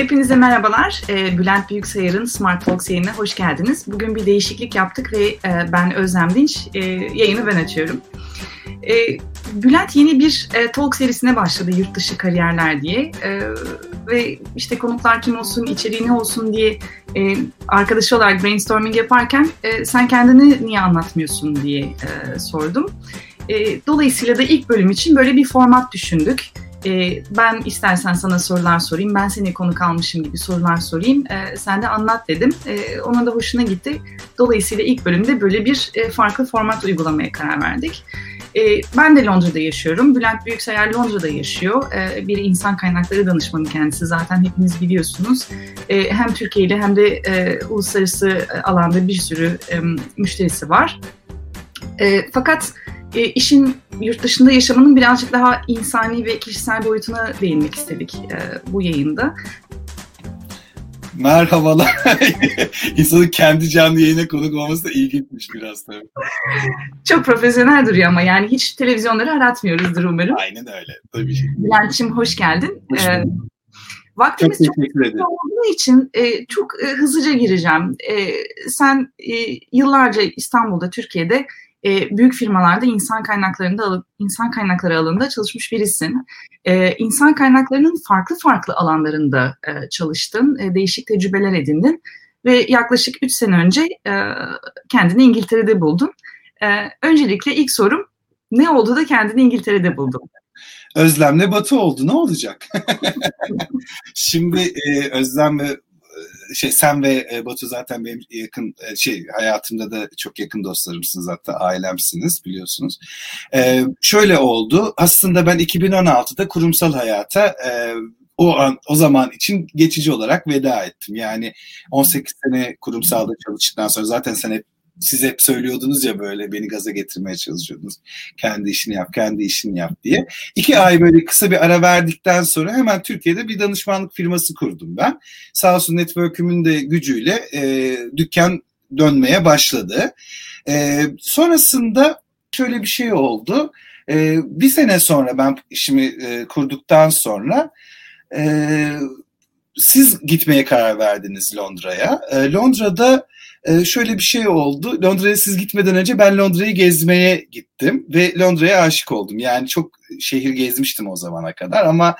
Hepinize merhabalar. Bülent Büyüksayar'ın Smart Talks yayınına hoş geldiniz. Bugün bir değişiklik yaptık ve ben Özlem Dinç, yayını ben açıyorum. Bülent yeni bir talk serisine başladı, Yurt Dışı Kariyerler diye. Ve işte konuklar kim olsun, içeriği ne olsun diye arkadaşı olarak brainstorming yaparken sen kendini niye anlatmıyorsun diye sordum. Dolayısıyla da ilk bölüm için böyle bir format düşündük. Ben istersen sana sorular sorayım, ben seni konuk almışım gibi sorular sorayım, sen de anlat dedim. Ona da hoşuna gitti. Dolayısıyla ilk bölümde böyle bir farklı format uygulamaya karar verdik. Ben de Londra'da yaşıyorum. Bülent Büyüksayar Londra'da yaşıyor. Bir insan kaynakları danışmanı kendisi, zaten hepiniz biliyorsunuz. Hem Türkiye ile hem de uluslararası alanda bir sürü müşterisi var. Fakat işin yurt dışında yaşamanın birazcık daha insani ve kişisel boyutuna değinmek istedik bu yayında. Merhabalar. İnsanın kendi canlı yayına konuk olması da ilginçmiş biraz tabii. Çok profesyonel duruyor ama yani hiç televizyonları aratmıyoruzdur umarım. Aynen öyle. Tabii. Bülent'ciğim hoş geldin. Vaktimiz çok kısa olduğu için çok hızlıca gireceğim. Sen yıllarca İstanbul'da, Türkiye'de büyük firmalarda insan kaynakları alanında çalışmış birisin. İnsan kaynaklarının farklı alanlarında çalıştın, değişik tecrübeler edindin ve yaklaşık 3 sene önce kendini İngiltere'de buldun. Öncelikle ilk sorum, ne oldu da kendini İngiltere'de buldun? Özlem'le Batı oldu. Ne olacak? Şimdi Özlem ve sen ve Batu zaten benim yakın hayatımda da çok yakın dostlarımsınız, hatta ailemsiniz biliyorsunuz. Şöyle oldu. Aslında ben 2016'da kurumsal hayata o zaman için geçici olarak veda ettim. Yani 18 sene kurumsalda çalıştıktan sonra, zaten siz hep söylüyordunuz ya, böyle beni gaza getirmeye çalışıyordunuz. Kendi işini yap diye. 2 ay böyle kısa bir ara verdikten sonra hemen Türkiye'de bir danışmanlık firması kurdum ben. Sağ olsun network'ümün de gücüyle dükkan dönmeye başladı. Sonrasında şöyle bir şey oldu. Bir sene sonra ben işimi kurduktan sonra siz gitmeye karar verdiniz Londra'ya. Londra'da şöyle bir şey oldu. Londra'ya siz gitmeden önce ben Londra'yı gezmeye gittim ve Londra'ya aşık oldum. Yani çok şehir gezmiştim o zamana kadar ama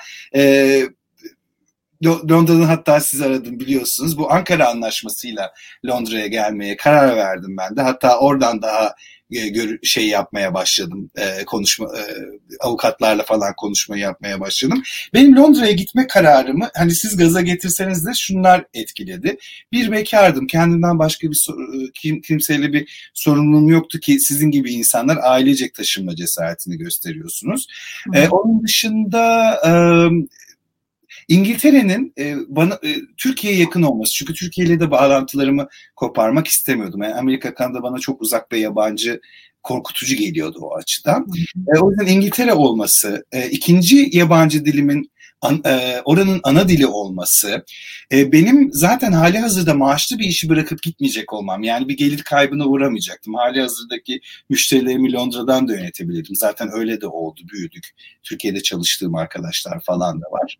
Londra'dan hatta sizi aradım, biliyorsunuz. Bu Ankara Anlaşması'yla Londra'ya gelmeye karar verdim ben de. Hatta oradan daha yapmaya başladım. Avukatlarla falan konuşmayı yapmaya başladım. Benim Londra'ya gitme kararımı, hani siz gaza getirseniz de, şunlar etkiledi. Bir, bekardım. Kendimden başka bir kimseyle bir sorumluluğum yoktu ki sizin gibi insanlar ailecek taşınma cesaretini gösteriyorsunuz. Onun dışında İngiltere'nin bana Türkiye'ye yakın olması. Çünkü Türkiye ile de bağlantılarımı koparmak istemiyordum. Yani Amerika, Kanada bana çok uzak ve yabancı, korkutucu geliyordu o açıdan. O yüzden İngiltere olması, ikinci yabancı dilimin oranın ana dili olması, benim zaten hali hazırda maaşlı bir işi bırakıp gitmeyecek olmam. Yani bir gelir kaybına uğramayacaktım. Hali hazırdaki müşterilerimi Londra'dan da yönetebilirdim. Zaten öyle de oldu, büyüdük. Türkiye'de çalıştığım arkadaşlar falan da var.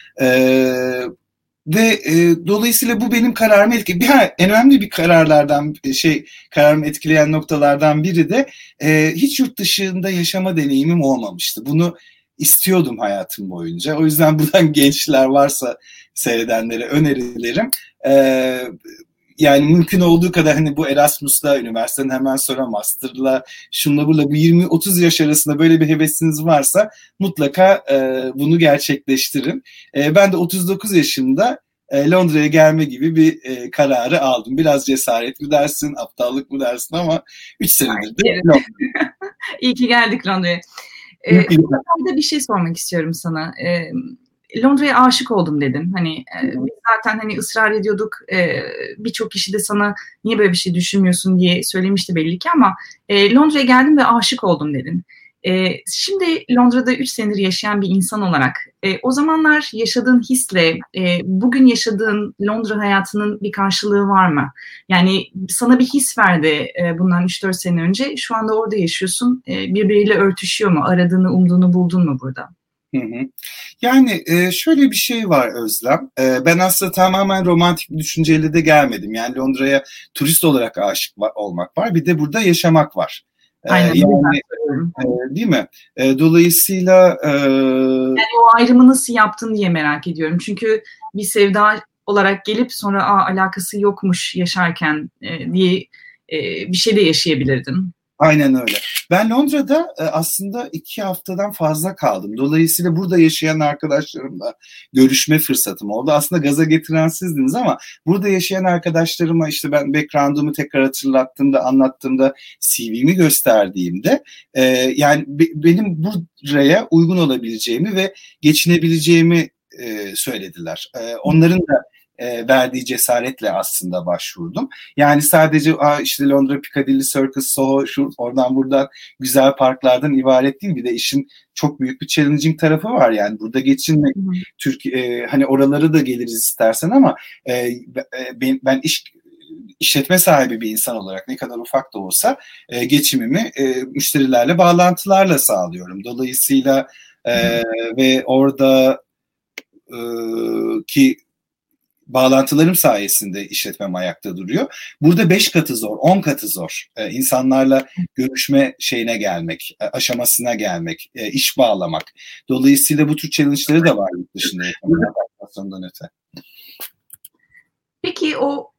Ve dolayısıyla bu benim kararımı etkiledi. En önemli bir kararımı etkileyen noktalardan biri de hiç yurt dışında yaşama deneyimim olmamıştı. Bunu istiyordum hayatım boyunca. O yüzden buradan gençler varsa seyredenlere önerilerim. Yani mümkün olduğu kadar hani bu Erasmus'la, üniversitenin hemen sonra master'la, şunla bu 20-30 yaş arasında böyle bir hevesiniz varsa mutlaka bunu gerçekleştirin. Ben de 39 yaşında Londra'ya gelme gibi bir kararı aldım. Biraz cesaret mi dersin, aptallık mı dersin, ama 3 senedir de Londra'ya. İyi ki geldik Londra'ya. Burada bir şey sormak istiyorum sana. Londra'ya aşık oldum dedin. Hani biz zaten hani ısrar ediyorduk. Birçok kişi de sana niye böyle bir şey düşünmüyorsun diye söylemişti belli ki, ama Londra'ya geldim ve aşık oldum dedin. Şimdi Londra'da 3 senedir yaşayan bir insan olarak o zamanlar yaşadığın hisle bugün yaşadığın Londra hayatının bir karşılığı var mı? Yani sana bir his verdi bundan 3-4 sene önce. Şu anda orada yaşıyorsun. Birbiriyle örtüşüyor mu? Aradığını, umduğunu buldun mu burada? Hı hı. Yani şöyle bir şey var Özlem. Ben aslında tamamen romantik bir düşünceyle de gelmedim. Yani Londra'ya turist olarak aşık olmak var. Bir de burada yaşamak var. Aynen, bu yüzden Yani soruyorum. değil mi? Dolayısıyla Yani o ayrımı nasıl yaptın diye merak ediyorum. Çünkü bir sevda olarak gelip sonra alakası yokmuş yaşarken diye bir şey de yaşayabilirdin. aynen öyle. Ben Londra'da aslında 2 haftadan fazla kaldım. Dolayısıyla burada yaşayan arkadaşlarımla görüşme fırsatım oldu. Aslında gaza getiren sizdiniz ama burada yaşayan arkadaşlarıma işte ben background'umu tekrar hatırlattığımda, anlattığımda, CV'mi gösterdiğimde yani benim buraya uygun olabileceğimi ve geçinebileceğimi söylediler. Onların da verdiği cesaretle aslında başvurdum. Yani sadece işte Londra Piccadilly Circus, Soho, şu oradan buradan güzel parklardan ibaret değil. Bir de işin çok büyük bir challenging tarafı var. Yani burada geçinmek, Türkiye hani oraları da geliriz istersen ama ben işletme sahibi bir insan olarak ne kadar ufak da olsa geçimimi müşterilerle bağlantılarla sağlıyorum. Dolayısıyla ve orada ki bağlantılarım sayesinde işletmem ayakta duruyor. Burada 5 katı zor, 10 katı zor. İnsanlarla görüşme şeyine gelmek, aşamasına gelmek, iş bağlamak. Dolayısıyla bu tür challenge'ları da var yurt dışında adaptasyondan öte. Peki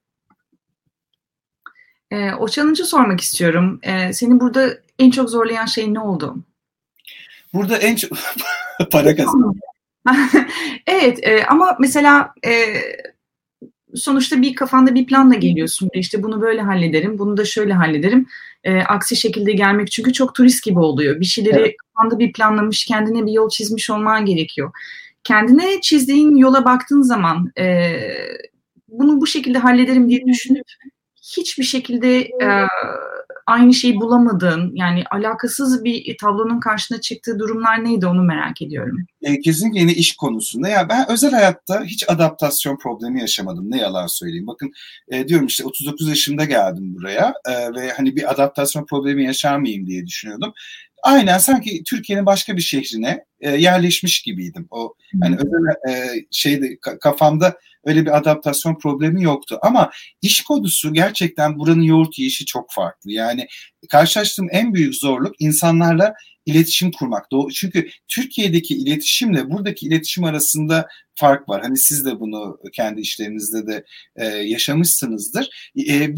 o challenge'ı sormak istiyorum. Seni burada en çok zorlayan şey ne oldu? Burada en çok para kazanmak. Evet, ama mesela sonuçta bir kafanda bir planla geliyorsun. İşte bunu böyle hallederim, bunu da şöyle hallederim. Aksi şekilde gelmek çünkü çok turist gibi oluyor. Bir şeyleri kafanda bir planlamış, kendine bir yol çizmiş olman gerekiyor. Kendine çizdiğin yola baktığın zaman bunu bu şekilde hallederim diye düşünüp hiçbir şekilde aynı şeyi bulamadığın, yani alakasız bir tablonun karşına çıktığı durumlar neydi, onu merak ediyorum. Kesinlikle yine iş konusunda. Ya ben özel hayatta hiç adaptasyon problemi yaşamadım. Ne yalan söyleyeyim. Bakın diyorum işte 39 yaşımda geldim buraya ve hani bir adaptasyon problemi yaşar mıyım diye düşünüyordum. Aynen sanki Türkiye'nin başka bir şehrine yerleşmiş gibiydim. O hani özel kafamda öyle bir adaptasyon problemi yoktu. Ama iş konusu gerçekten buranın yoğurt yiyişi çok farklı. Yani karşılaştığım en büyük zorluk insanlarla iletişim kurmak. Çünkü Türkiye'deki iletişimle buradaki iletişim arasında fark var. Hani siz de bunu kendi işlerinizde de yaşamışsınızdır.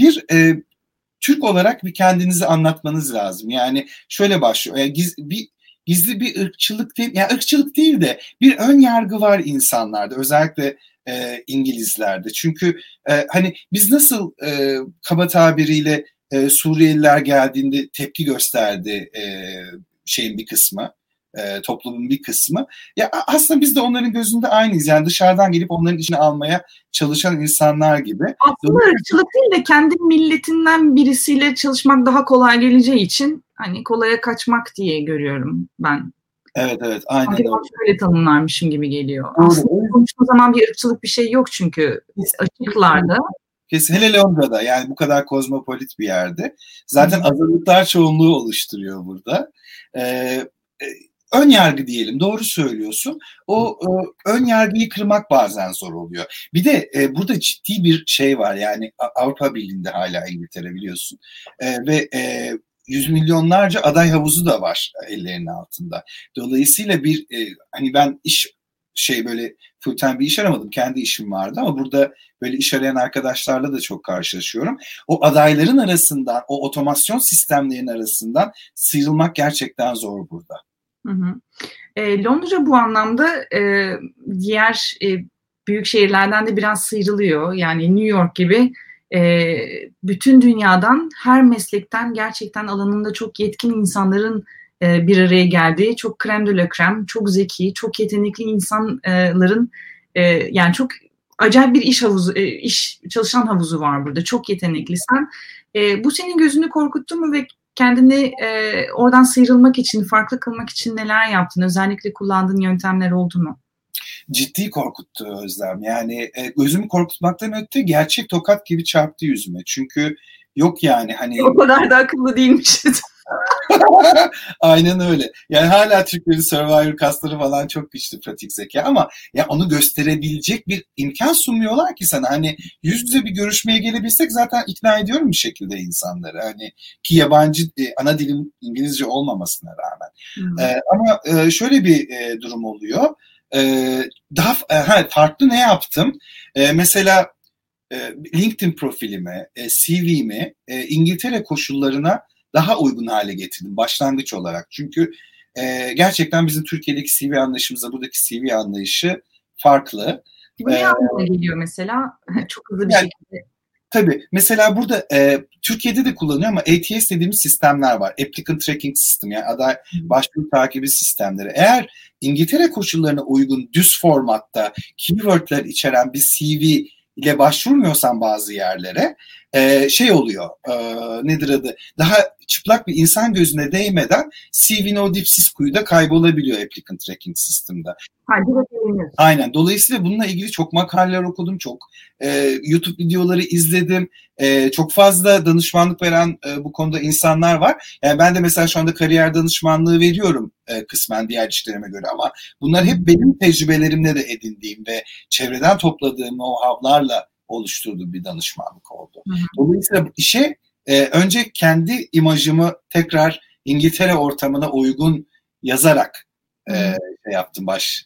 Türk olarak bir kendinizi anlatmanız lazım. Yani şöyle başlıyor. Yani gizli bir ırkçılık değil, yani ırkçılık değil de bir ön yargı var insanlarda. Özellikle İngilizlerde. Çünkü hani biz nasıl kaba tabiriyle Suriyeliler geldiğinde tepki gösterdi şeyin bir kısmı, toplumun bir kısmı. Ya aslında biz de onların gözünde aynıyız. Yani dışarıdan gelip onların içine almaya çalışan insanlar gibi. Aslında ırkçılık değil de kendi milletinden birisiyle çalışmak daha kolay geleceği için hani kolaya kaçmak diye görüyorum ben. Evet, aynen öyle. Şöyle tanımlarmışım gibi geliyor. Aslında konuştuğu zaman bir ırkçılık bir şey yok çünkü açıklarda. Kesin, hele Londra'da yani bu kadar kozmopolit bir yerde. Zaten azınlıklar çoğunluğu oluşturuyor burada. Ön yargı diyelim, doğru söylüyorsun. O ön yargıyı kırmak bazen zor oluyor. Bir de burada ciddi bir şey var yani Avrupa Birliği'nde hala İngiltere biliyorsun. Ve yüz milyonlarca aday havuzu da var ellerinin altında. Dolayısıyla hani ben böyle full time bir iş aramadım. Kendi işim vardı ama burada böyle iş arayan arkadaşlarla da çok karşılaşıyorum. O adayların arasından, o otomasyon sistemlerinin arasından sıyrılmak gerçekten zor burada. Londra bu anlamda diğer büyük şehirlerden de biraz sıyrılıyor. Yani New York gibi bütün dünyadan, her meslekten gerçekten alanında çok yetkin insanların bir araya geldiği, çok krem de la krem, çok zeki, çok yetenekli insanların yani çok acayip bir iş çalışan havuzu var burada. Çok yetenekli. Bu senin gözünü korkuttu mu ve kendini oradan sıyrılmak için, farklı kılmak için neler yaptın? Özellikle kullandığın yöntemler oldu mu? Ciddi korkuttu Özlem. Yani gözümü korkutmaktan öte gerçek tokat gibi çarptı yüzüme. Çünkü yok yani hani... O kadar da akıllı değilmişiz. Aynen öyle. Yani hala Türklerin Survivor kasları falan çok güçlü, pratik zeka, ama ya onu gösterebilecek bir imkan sunmuyorlar ki sana. Hani yüz yüze bir görüşmeye gelebilsek zaten ikna ediyorum bir şekilde insanları. Hani ki yabancı ana dilim İngilizce olmamasına rağmen. Ama şöyle bir durum oluyor. Daha farklı ne yaptım? Mesela LinkedIn profilimi, CV'mi İngiltere koşullarına daha uygun hale getirdim başlangıç olarak. Çünkü gerçekten bizim Türkiye'deki CV anlayışımızla buradaki CV anlayışı farklı. Bu ne anlama geliyor mesela? Çok hızlı bir Yani, şekilde. tabii. Mesela burada Türkiye'de de kullanıyor ama ATS dediğimiz sistemler var. Applicant Tracking System, yani aday başvuru takibi sistemleri. Eğer İngiltere koşullarına uygun düz formatta keywordler içeren bir CV ile başvurmuyorsan bazı yerlere şey oluyor, nedir adı, daha çıplak bir insan gözüne değmeden CV'nin o dipsiz kuyuda kaybolabiliyor Applicant Tracking System'da. Aynen. Dolayısıyla bununla ilgili çok makaleler okudum, çok YouTube videoları izledim. Çok fazla danışmanlık veren bu konuda insanlar var. Yani ben de mesela şu anda kariyer danışmanlığı veriyorum kısmen diğer işlerime göre, ama bunlar hep benim tecrübelerimle de edindiğim ve çevreden topladığım know-how'larla oluşturduğum bir danışmanlık oldu. Dolayısıyla işe önce kendi imajımı tekrar İngiltere ortamına uygun yazarak şey yaptım,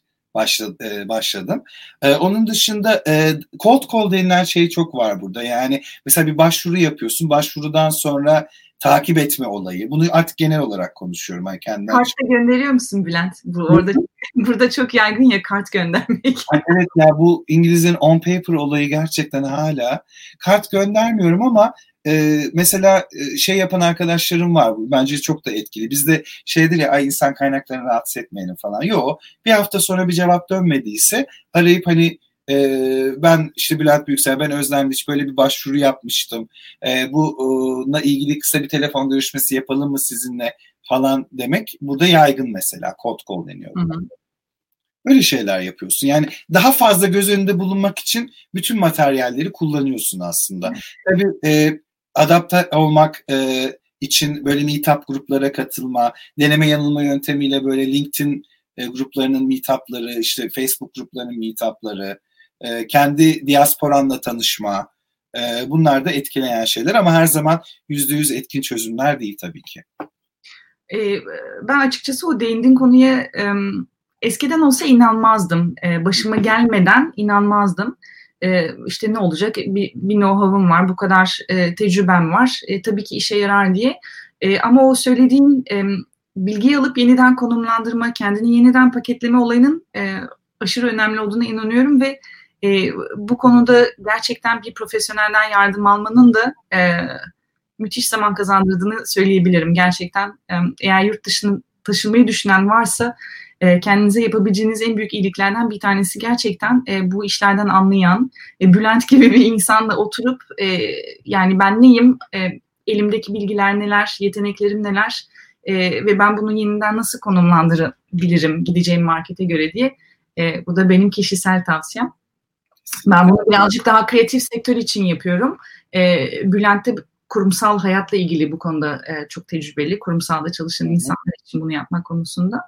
başladım. Onun dışında cold call denilen şey çok var burada. Yani mesela bir başvuru yapıyorsun. Başvurudan sonra takip etme olayı. Bunu artık genel olarak konuşuyorum. Yani kendimden. Kartla gönderiyor musun Bülent? Burada çok yaygın ya kart göndermek. Evet ya, bu İngilizlerin on paper olayı gerçekten hala. Kart göndermiyorum ama mesela şey yapan arkadaşlarım var. Bence çok da etkili. Bizde şeydir ya, ay insan kaynaklarını rahatsız etmeyelim falan. Yok. Bir hafta sonra bir cevap dönmediyse arayıp hani ben işte Bülent Büyüksel, ben Özlem Diç, böyle bir başvuru yapmıştım. Bununla ilgili kısa bir telefon görüşmesi yapalım mı sizinle falan demek. Burada yaygın mesela. Cold call deniyor. Böyle şeyler yapıyorsun. Yani daha fazla göz önünde bulunmak için bütün materyalleri kullanıyorsun aslında. Tabii adapte olmak için böyle meetup gruplara katılma, deneme yanılma yöntemiyle böyle LinkedIn gruplarının meetupları, işte Facebook gruplarının meetupları, kendi diasporanla tanışma, bunlar da etkileyen şeyler, ama her zaman %100 etkin çözümler değil tabii ki. Ben açıkçası o değindiğin konuya eskiden olsa inanmazdım. Başıma gelmeden inanmazdım. İşte ne olacak? Bir know-how'um var, bu kadar tecrübem var. Tabii ki işe yarar diye. Ama o söylediğin bilgiyi alıp yeniden konumlandırma, kendini yeniden paketleme olayının aşırı önemli olduğuna inanıyorum ve bu konuda gerçekten bir profesyonelden yardım almanın da müthiş zaman kazandırdığını söyleyebilirim. Gerçekten eğer yurt dışına taşınmayı düşünen varsa kendinize yapabileceğiniz en büyük iyiliklerden bir tanesi gerçekten bu işlerden anlayan, Bülent gibi bir insanla oturup yani ben neyim, elimdeki bilgiler neler, yeteneklerim neler ve ben bunu yeniden nasıl konumlandırabilirim gideceğim markete göre diye. Bu da benim kişisel tavsiyem. Ben bunu birazcık daha kreatif sektör için yapıyorum. Bülent de kurumsal hayatla ilgili bu konuda çok tecrübeli. Kurumsalda çalışan insanlar için bunu yapmak konusunda.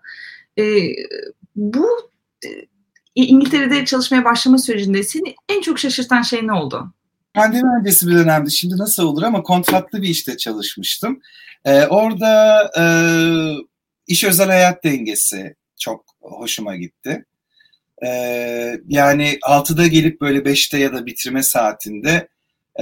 Bu İngiltere'de çalışmaya başlama sürecinde seni en çok şaşırtan şey ne oldu? Pandemi öncesi bir dönemdi. Şimdi nasıl olur, ama kontratlı bir işte çalışmıştım. Orada iş özel hayat dengesi çok hoşuma gitti. Yani 6'da gelip böyle 5'te ya da bitirme saatinde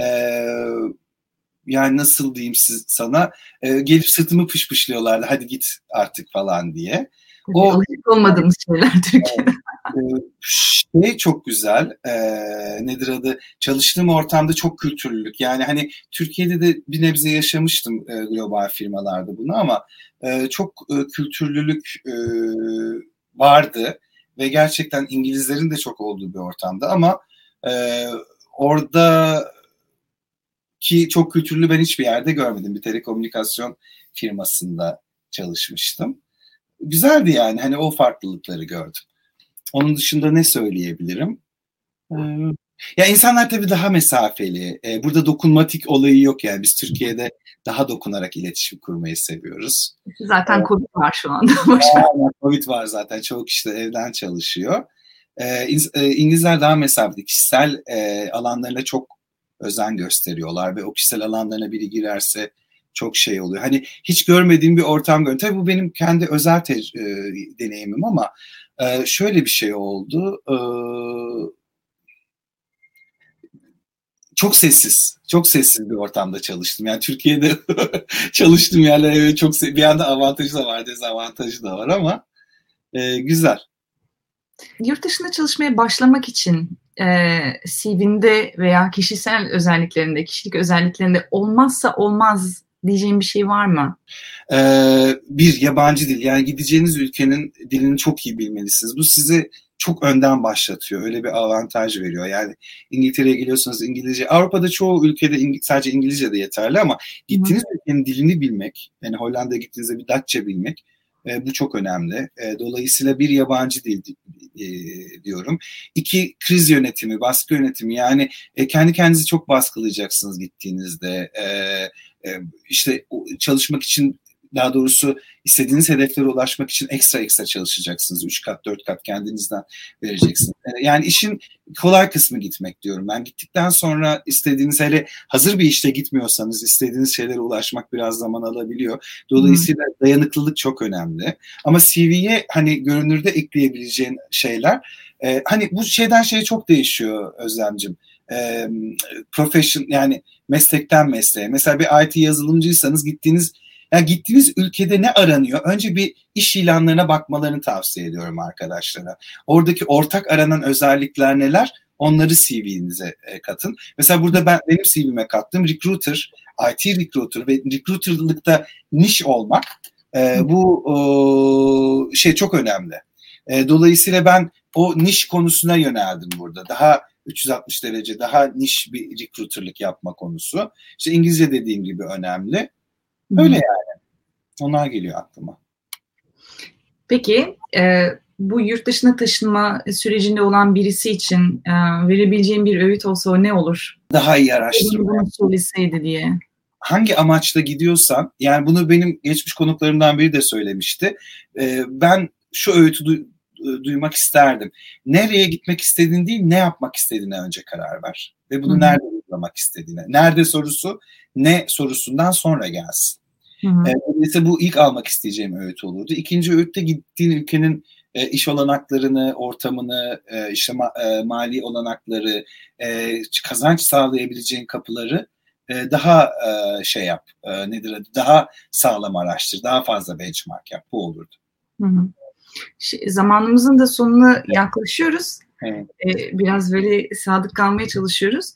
yani nasıl diyeyim sana, gelip sırtımı pışpışlıyorlardı, hadi git artık falan diye. O alışık olmadığımız şeyler Türkiye'de. Şey çok güzel, nedir adı, çalıştığım ortamda çok kültürlülük. Yani hani Türkiye'de de bir nebze yaşamıştım global firmalarda bunu, ama çok kültürlülük vardı ve gerçekten İngilizlerin de çok olduğu bir ortamda, ama orada ki çok kültürlü ben hiçbir yerde görmedim. Bir telekomünikasyon firmasında çalışmıştım. Güzeldi yani, hani o farklılıkları gördüm. Onun dışında ne söyleyebilirim? Ya insanlar tabii daha mesafeli. Burada dokunmatik olayı yok yani. Biz Türkiye'de daha dokunarak iletişim kurmayı seviyoruz. Zaten Covid var şu anda. Boş ver. Covid var zaten. Çoğu kişi de evden çalışıyor. İngilizler daha mesafeli. Kişisel alanlarına çok özen gösteriyorlar ve o kişisel alanlarına biri girerse çok şey oluyor. Hani hiç görmediğim bir ortam görüyorum. Tabii bu benim kendi özel deneyimim ama şöyle bir şey oldu. Çok sessiz. Çok sessiz bir ortamda çalıştım. Yani Türkiye'de çalıştığım yerler evet çok bir yanda avantajı da var, dezavantajı da var ama güzel. Yurt dışında çalışmaya başlamak için CV'nde veya kişisel özelliklerinde, kişilik özelliklerinde olmazsa olmaz diyeceğim bir şey var mı? Bir, yabancı dil. Yani gideceğiniz ülkenin dilini çok iyi bilmelisiniz. Bu sizi çok önden başlatıyor. Öyle bir avantaj veriyor. Yani İngiltere'ye geliyorsanız İngilizce. Avrupa'da çoğu ülkede sadece İngilizce de yeterli ama gittiğiniz ülkenin dilini bilmek, yani Hollanda'ya gittiğinizde bir Datça bilmek, bu çok önemli. Dolayısıyla bir, yabancı dil diyorum. İki, kriz yönetimi, baskı yönetimi. Yani kendi kendinizi çok baskılayacaksınız gittiğinizde. İşte çalışmak için, daha doğrusu istediğiniz hedeflere ulaşmak için ekstra çalışacaksınız. 3 kat, 4 kat kendinizden vereceksiniz. Yani işin kolay kısmı gitmek diyorum. Ben gittikten sonra istediğiniz, hele hazır bir işte gitmiyorsanız istediğiniz şeylere ulaşmak biraz zaman alabiliyor. Dolayısıyla dayanıklılık çok önemli. Ama CV'ye hani görünürde ekleyebileceğin şeyler, hani bu şeyden şeye çok değişiyor Özlemciğim. Profession, yani meslekten mesleğe. Mesela bir IT yazılımcıysanız gittiğiniz ülkede ne aranıyor? Önce bir iş ilanlarına bakmalarını tavsiye ediyorum arkadaşlara. Oradaki ortak aranan özellikler neler? Onları CV'nize katın. Mesela burada benim CV'me kattığım recruiter, IT recruiter ve recruiterlıkta niş olmak, bu şey çok önemli. Dolayısıyla ben o niş konusuna yöneldim burada. Daha 360 derece daha niş bir recruiterlık yapma konusu. İşte İngilizce dediğim gibi önemli. Öyle yani. Onlar geliyor aklıma. Peki bu yurt dışına taşınma sürecinde olan birisi için verebileceğim bir öğüt olsa o ne olur? Daha iyi araştırma. Bunu söyleseydi diye. Hangi amaçla gidiyorsan, yani bunu benim geçmiş konuklarımdan biri de söylemişti. Ben şu öğütü duymak isterdim. Nereye gitmek istediğin değil, ne yapmak istediğine önce karar ver. Ve bunu nerede uygulamak istediğine. Nerede sorusu, ne sorusundan sonra gelsin. Dolayısıyla bu ilk almak isteyeceğim öğüt olurdu. İkinci öğüt de gittiğin ülkenin iş olanaklarını, ortamını, işte mali olanakları, kazanç sağlayabileceğin kapıları daha şey yap, nedir adı, daha sağlam araştır, daha fazla benchmark yap. Bu olurdu. Zamanımızın da sonuna yaklaşıyoruz. Evet. Biraz böyle sadık kalmaya çalışıyoruz.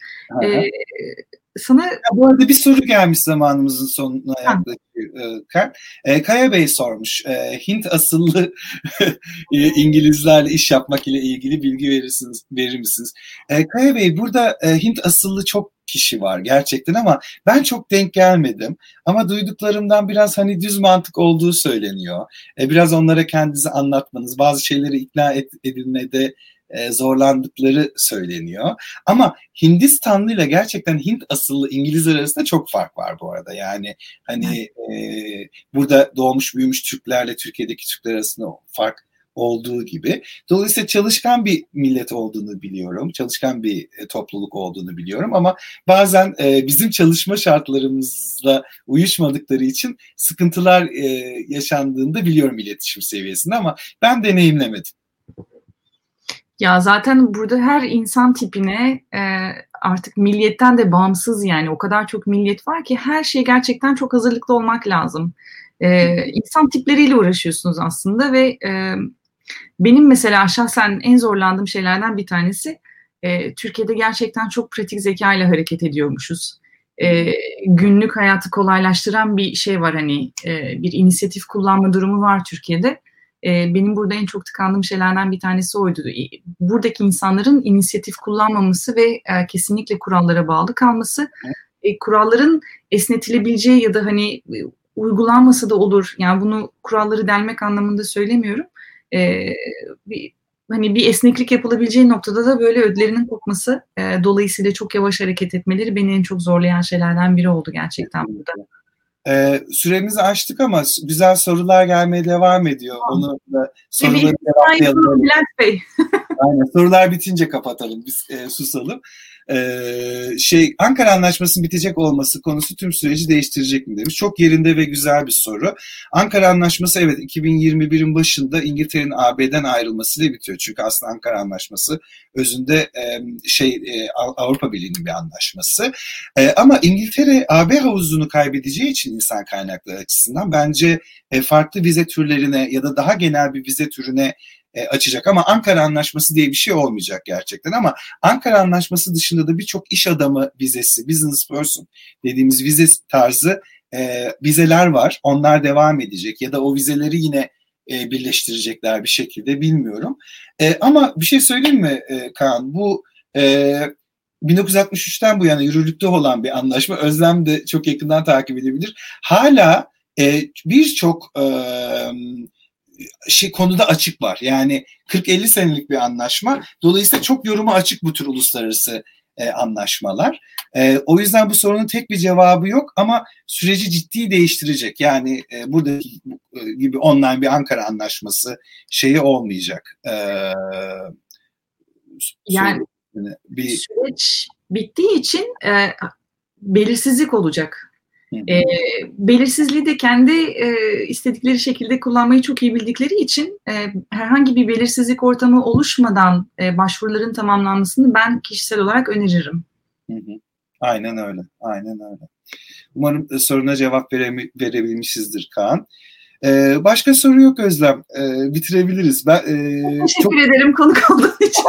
Sana bu arada bir soru gelmiş zamanımızın sonuna yaklaşırken. Kaya Bey sormuş. Hint asıllı İngilizlerle iş yapmak ile ilgili bilgi verir misiniz? Kaya Bey, burada Hint asıllı çok kişi var gerçekten ama ben çok denk gelmedim. Ama duyduklarımdan biraz hani düz mantık olduğu söyleniyor. Biraz onlara kendinizi anlatmanız, bazı şeyleri ikna edilmede zorlandıkları söyleniyor. Ama Hindistanlı ile gerçekten Hint asıllı İngilizler arasında çok fark var bu arada. Yani hani burada doğmuş büyümüş Türklerle Türkiye'deki Türkler arasında fark olduğu gibi. Dolayısıyla çalışkan bir millet olduğunu biliyorum. Çalışkan bir topluluk olduğunu biliyorum ama bazen bizim çalışma şartlarımızla uyuşmadıkları için sıkıntılar yaşandığını da biliyorum iletişim seviyesinde ama ben deneyimlemedim. Ya zaten burada her insan tipine artık milliyetten de bağımsız, yani o kadar çok milliyet var ki her şeye gerçekten çok hazırlıklı olmak lazım. İnsan tipleriyle uğraşıyorsunuz aslında ve benim mesela şahsen en zorlandığım şeylerden bir tanesi Türkiye'de gerçekten çok pratik zeka ile hareket ediyormuşuz. Günlük hayatı kolaylaştıran bir şey var, hani bir inisiyatif kullanma durumu var Türkiye'de. Benim burada en çok tıkandığım şeylerden bir tanesi oydu. Buradaki insanların inisiyatif kullanmaması ve kesinlikle kurallara bağlı kalması. Kuralların esnetilebileceği ya da hani uygulanmasa da olur. Yani bunu kuralları delmek anlamında söylemiyorum. hani bir esneklik yapılabileceği noktada da böyle ödlerinin kopması, dolayısıyla çok yavaş hareket etmeleri beni en çok zorlayan şeylerden biri oldu gerçekten burada. Süremizi aştık ama güzel sorular gelmeye devam ediyor. Tamam. Onu da soruları cevaplayalım. Bülent Bey. Aynen. Sorular bitince kapatalım. Biz susalım. Ankara Anlaşması'nın bitecek olması konusu tüm süreci değiştirecek mi demiş. Çok yerinde ve güzel bir soru. Ankara Anlaşması evet 2021'in başında İngiltere'nin AB'den ayrılmasıyla bitiyor. Çünkü aslında Ankara Anlaşması özünde Avrupa Birliği'nin bir anlaşması. Ama İngiltere AB havuzunu kaybedeceği için insan kaynakları açısından bence farklı vize türlerine ya da daha genel bir vize türüne açacak ama Ankara Anlaşması diye bir şey olmayacak gerçekten. Ama Ankara Anlaşması dışında da birçok iş adamı vizesi, business person dediğimiz vize tarzı vizeler var. Onlar devam edecek ya da o vizeleri yine birleştirecekler bir şekilde, bilmiyorum. Ama bir şey söyleyeyim mi Kaan? Bu 1963'ten bu yana yürürlükte olan bir anlaşma. Özlem de çok yakından takip edebilir. Hala birçok konuda açık var. Yani 40-50 senelik bir anlaşma. Dolayısıyla çok yoruma açık bu tür uluslararası anlaşmalar. O yüzden bu sorunun tek bir cevabı yok ama süreci ciddi değiştirecek. Yani buradaki gibi online bir Ankara Anlaşması olmayacak. Yani süreç bittiği için belirsizlik olacak. Belirsizliği de kendi istedikleri şekilde kullanmayı çok iyi bildikleri için herhangi bir belirsizlik ortamı oluşmadan başvuruların tamamlanmasını ben kişisel olarak öneririm. Aynen öyle. Aynen öyle. Umarım soruna cevap verebilmişizdir Kaan. Başka soru yok Özlem. Bitirebiliriz. Teşekkür ederim konuk olduğun için.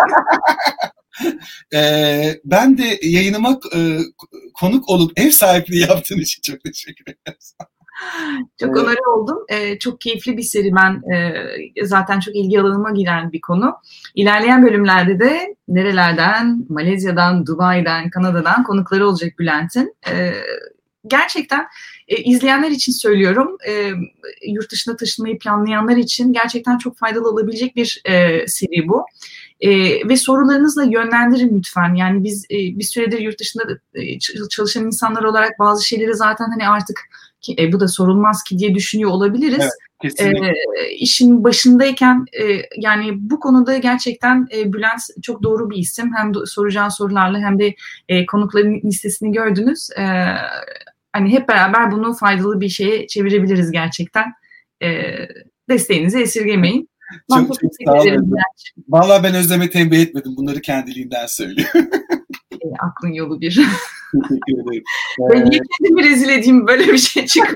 Ben de yayınıma konuk olup ev sahipliği yaptığın için çok teşekkür ederim. Çok onore oldum. Çok keyifli bir seri. Ben zaten çok ilgi alanıma giren bir konu. İlerleyen bölümlerde de nerelerden, Malezya'dan, Dubai'den, Kanada'dan konukları olacak Bülent'in. Gerçekten izleyenler için söylüyorum, yurt dışına taşınmayı planlayanlar için gerçekten çok faydalı olabilecek bir seri bu. Ve sorularınızla yönlendirin lütfen. Yani biz bir süredir yurt dışında çalışan insanlar olarak bazı şeyleri zaten hani artık bu da sorulmaz ki diye düşünüyor olabiliriz. Evet, işin başındayken yani bu konuda gerçekten Bülent çok doğru bir isim. Hem soracağın sorularla hem de konukların listesini gördünüz. Hani hep beraber bunu faydalı bir şeye çevirebiliriz gerçekten. Desteğinizi esirgemeyin. Çok sağ olun. Vallahi ben Özlem'e tembih etmedim. Bunları kendiliğinden söylüyor. Aklın yolu bir. Teşekkür ederim. Ben niye kendimi rezil edeyim, böyle bir şey çıkıyor.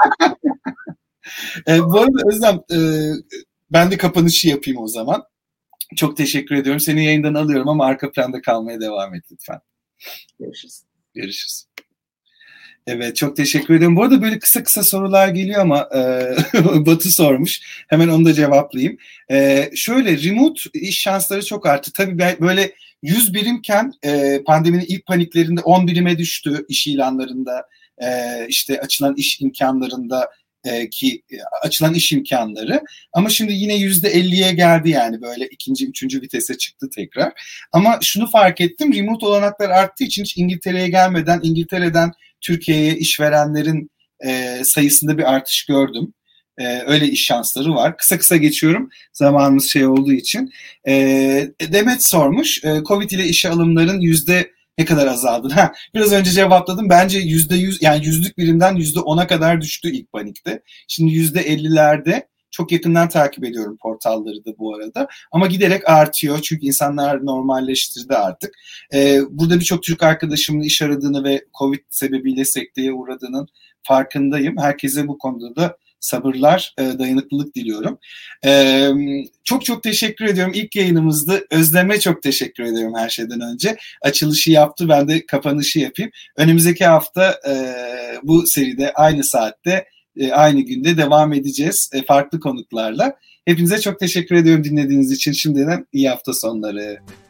Bu arada Özlem, ben de kapanışı yapayım o zaman. Çok teşekkür ediyorum. Seni yayından alıyorum ama arka planda kalmaya devam et lütfen. Görüşürüz. Görüşürüz. Evet, çok teşekkür ederim. Bu arada böyle kısa kısa sorular geliyor ama Batı sormuş. Hemen onu da cevaplayayım. Şöyle, remote iş şansları çok arttı. Tabii böyle 100 birimken pandeminin ilk paniklerinde 10 birime düştü iş ilanlarında, işte açılan iş imkanlarında açılan iş imkanları. Ama şimdi yine %50'ye geldi, yani böyle ikinci, üçüncü vitese çıktı tekrar. Ama şunu fark ettim, remote olanaklar arttığı için hiç İngiltere'ye gelmeden İngiltere'den Türkiye'ye işverenlerin sayısında bir artış gördüm. Öyle iş şansları var. Kısa kısa geçiyorum zamanımız olduğu için. Demet sormuş, Covid ile işe alımların ne kadar azaldı? Biraz önce cevapladım. Bence %100, yani yüzlük birimden %10'a kadar düştü ilk panikte. Şimdi %50'lerde. Çok yakından takip ediyorum portalları da bu arada. Ama giderek artıyor çünkü insanlar normalleştirdi artık. Burada birçok Türk arkadaşımın iş aradığını ve Covid sebebiyle sekteye uğradığının farkındayım. Herkese bu konuda da sabırlar, dayanıklılık diliyorum. Çok çok teşekkür ediyorum. İlk yayınımızdı. Özlem'e çok teşekkür ediyorum her şeyden önce. Açılışı yaptı, ben de kapanışı yapayım. Önümüzdeki hafta bu seride aynı saatte, aynı günde devam edeceğiz farklı konuklarla. Hepinize çok teşekkür ediyorum dinlediğiniz için. Şimdiden iyi hafta sonları.